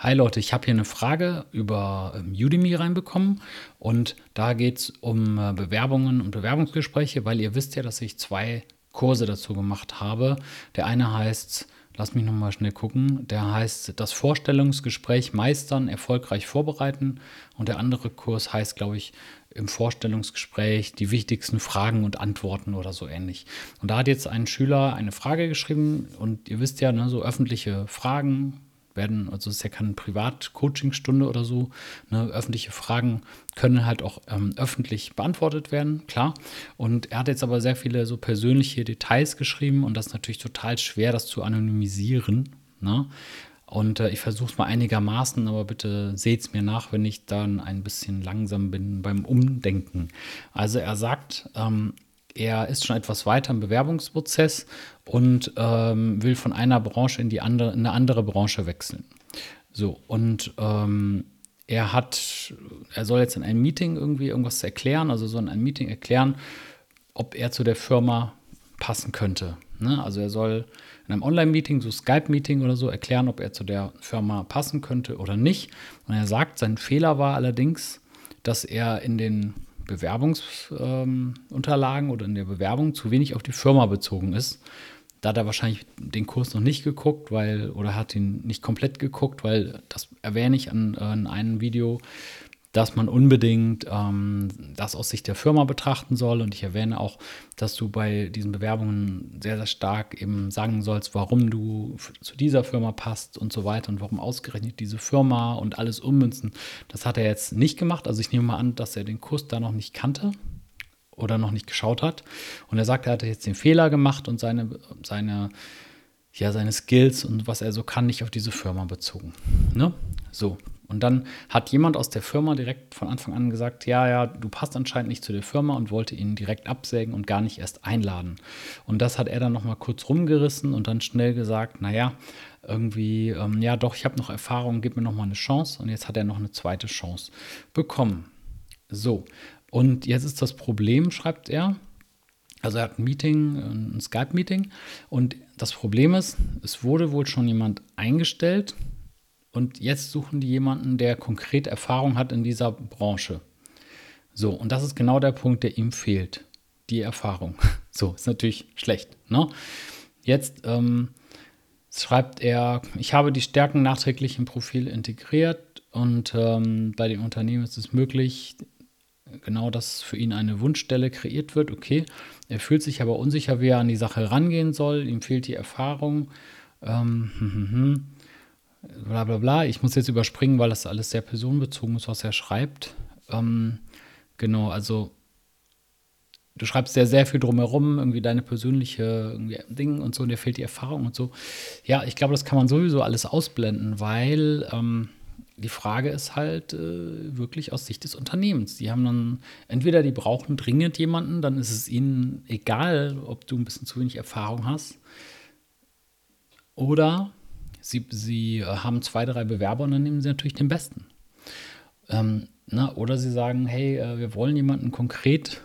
Hi Leute, ich habe hier eine Frage über Udemy reinbekommen und da geht es um Bewerbungen und Bewerbungsgespräche, weil ihr wisst ja, dass ich zwei Kurse dazu gemacht habe. Der eine heißt, lass mich nochmal schnell gucken, der heißt das Vorstellungsgespräch meistern, erfolgreich vorbereiten und der andere Kurs heißt, glaube ich, im Vorstellungsgespräch die wichtigsten Fragen und Antworten oder so ähnlich. Und da hat jetzt ein Schüler eine Frage geschrieben und ihr wisst ja, ne, so öffentliche Fragen werden, also es ist ja keine Privat-Coaching-Stunde oder so, ne, öffentliche Fragen können halt auch öffentlich beantwortet werden, klar. Und er hat jetzt aber sehr viele so persönliche Details geschrieben und das ist natürlich total schwer, das zu anonymisieren, ne? Und ich versuche es mal einigermaßen, aber bitte seht es mir nach, wenn ich dann ein bisschen langsam bin beim Umdenken. Also er sagt, er ist schon etwas weiter im Bewerbungsprozess und will von einer Branche in eine andere Branche wechseln. So, und er soll jetzt in einem Meeting irgendwie irgendwas erklären, also so in einem Meeting erklären, ob er zu der Firma passen könnte. Ne? Also er soll in einem Online-Meeting, so Skype-Meeting oder so, erklären, ob er zu der Firma passen könnte oder nicht. Und er sagt, sein Fehler war allerdings, dass er in den Bewerbungsunterlagen oder in der Bewerbung zu wenig auf die Firma bezogen ist. Da hat er wahrscheinlich den Kurs noch nicht geguckt, oder hat ihn nicht komplett geguckt, weil das erwähne ich an einem Video, dass man unbedingt das aus Sicht der Firma betrachten soll. Und ich erwähne auch, dass du bei diesen Bewerbungen sehr, sehr stark eben sagen sollst, warum du zu dieser Firma passt und so weiter und warum ausgerechnet diese Firma und alles ummünzen. Das hat er jetzt nicht gemacht. Also ich nehme mal an, dass er den Kurs da noch nicht kannte oder noch nicht geschaut hat. Und er sagt, er hatte jetzt den Fehler gemacht und seine Skills und was er so kann, nicht auf diese Firma bezogen. Ne? So. Und dann hat jemand aus der Firma direkt von Anfang an gesagt, ja, ja, du passt anscheinend nicht zu der Firma und wollte ihn direkt absägen und gar nicht erst einladen. Und das hat er dann nochmal kurz rumgerissen und dann schnell gesagt, naja, irgendwie, ja doch, ich habe noch Erfahrung, gib mir nochmal eine Chance. Und jetzt hat er noch eine zweite Chance bekommen. So, und jetzt ist das Problem, schreibt er, also er hat ein Meeting, ein Skype-Meeting und das Problem ist, es wurde wohl schon jemand eingestellt und jetzt suchen die jemanden, der konkret Erfahrung hat in dieser Branche. So, und das ist genau der Punkt, der ihm fehlt. Die Erfahrung. So, ist natürlich schlecht. Ne? Jetzt schreibt er, ich habe die Stärken nachträglich im Profil integriert und bei den Unternehmen ist es möglich, genau, dass für ihn eine Wunschstelle kreiert wird. Okay, er fühlt sich aber unsicher, wie er an die Sache rangehen soll. Ihm fehlt die Erfahrung. Bla bla bla. Ich muss jetzt überspringen, weil das alles sehr personenbezogen ist, was er schreibt. Genau, also du schreibst sehr, sehr viel drumherum, irgendwie deine persönliche irgendwie Ding und so, und dir fehlt die Erfahrung und so. Ja, ich glaube, das kann man sowieso alles ausblenden, weil die Frage ist halt wirklich aus Sicht des Unternehmens. Die haben dann, entweder die brauchen dringend jemanden, dann ist es ihnen egal, ob du ein bisschen zu wenig Erfahrung hast, oder sie haben zwei, drei Bewerber und dann nehmen sie natürlich den Besten. Oder sie sagen, hey, wir wollen jemanden konkret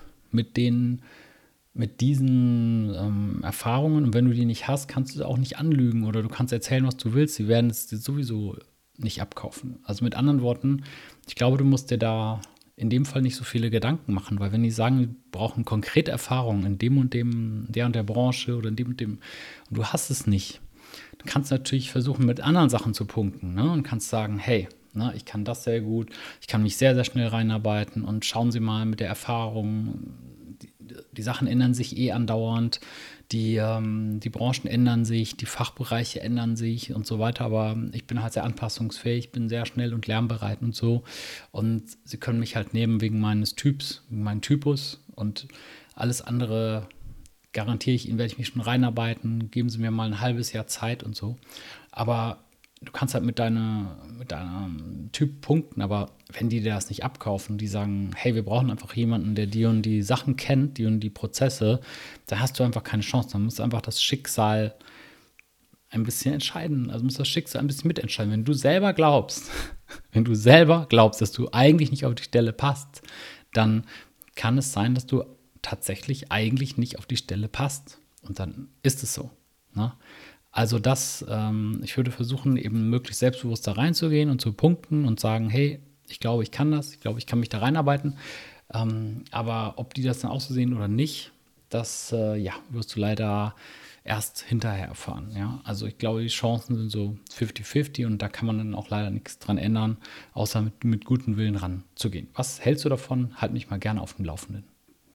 mit diesen Erfahrungen, und wenn du die nicht hast, kannst du auch nicht anlügen oder du kannst erzählen, was du willst. Sie werden es dir sowieso nicht abkaufen. Also mit anderen Worten, ich glaube, du musst dir da in dem Fall nicht so viele Gedanken machen, weil wenn die sagen, wir brauchen konkrete Erfahrungen in dem und dem, der und der Branche oder in dem und dem, und du hast es nicht, du kannst natürlich versuchen, mit anderen Sachen zu punkten, ne? Und kannst sagen, hey, ne, ich kann das sehr gut, ich kann mich sehr, sehr schnell reinarbeiten und schauen Sie mal mit der Erfahrung, die Sachen ändern sich eh andauernd, die Branchen ändern sich, die Fachbereiche ändern sich und so weiter, aber ich bin halt sehr anpassungsfähig, bin sehr schnell und lernbereit und so, und Sie können mich halt nehmen wegen meines Typs, wegen meinem Typus, und alles andere garantiere ich Ihnen, werde ich mich schon reinarbeiten, geben Sie mir mal ein halbes Jahr Zeit und so. Aber du kannst halt mit deinem Typ punkten, aber wenn die dir das nicht abkaufen, die sagen, hey, wir brauchen einfach jemanden, der die und die Sachen kennt, die und die Prozesse, dann hast du einfach keine Chance. Dann muss einfach das Schicksal ein bisschen entscheiden. Also muss das Schicksal ein bisschen mitentscheiden. Wenn du selber glaubst, dass du eigentlich nicht auf die Stelle passt, dann kann es sein, dass du tatsächlich eigentlich nicht auf die Stelle passt. Und dann ist es so. Ne? Also ich würde versuchen, eben möglichst selbstbewusst da reinzugehen und zu punkten und sagen, hey, ich glaube, ich kann das, ich glaube, ich kann mich da reinarbeiten. Aber ob die das dann auch so sehen oder nicht, das ja, wirst du leider erst hinterher erfahren. Ja? Also ich glaube, die Chancen sind so 50-50 und da kann man dann auch leider nichts dran ändern, außer mit gutem Willen ranzugehen. Was hältst du davon? Halt mich mal gerne auf dem Laufenden.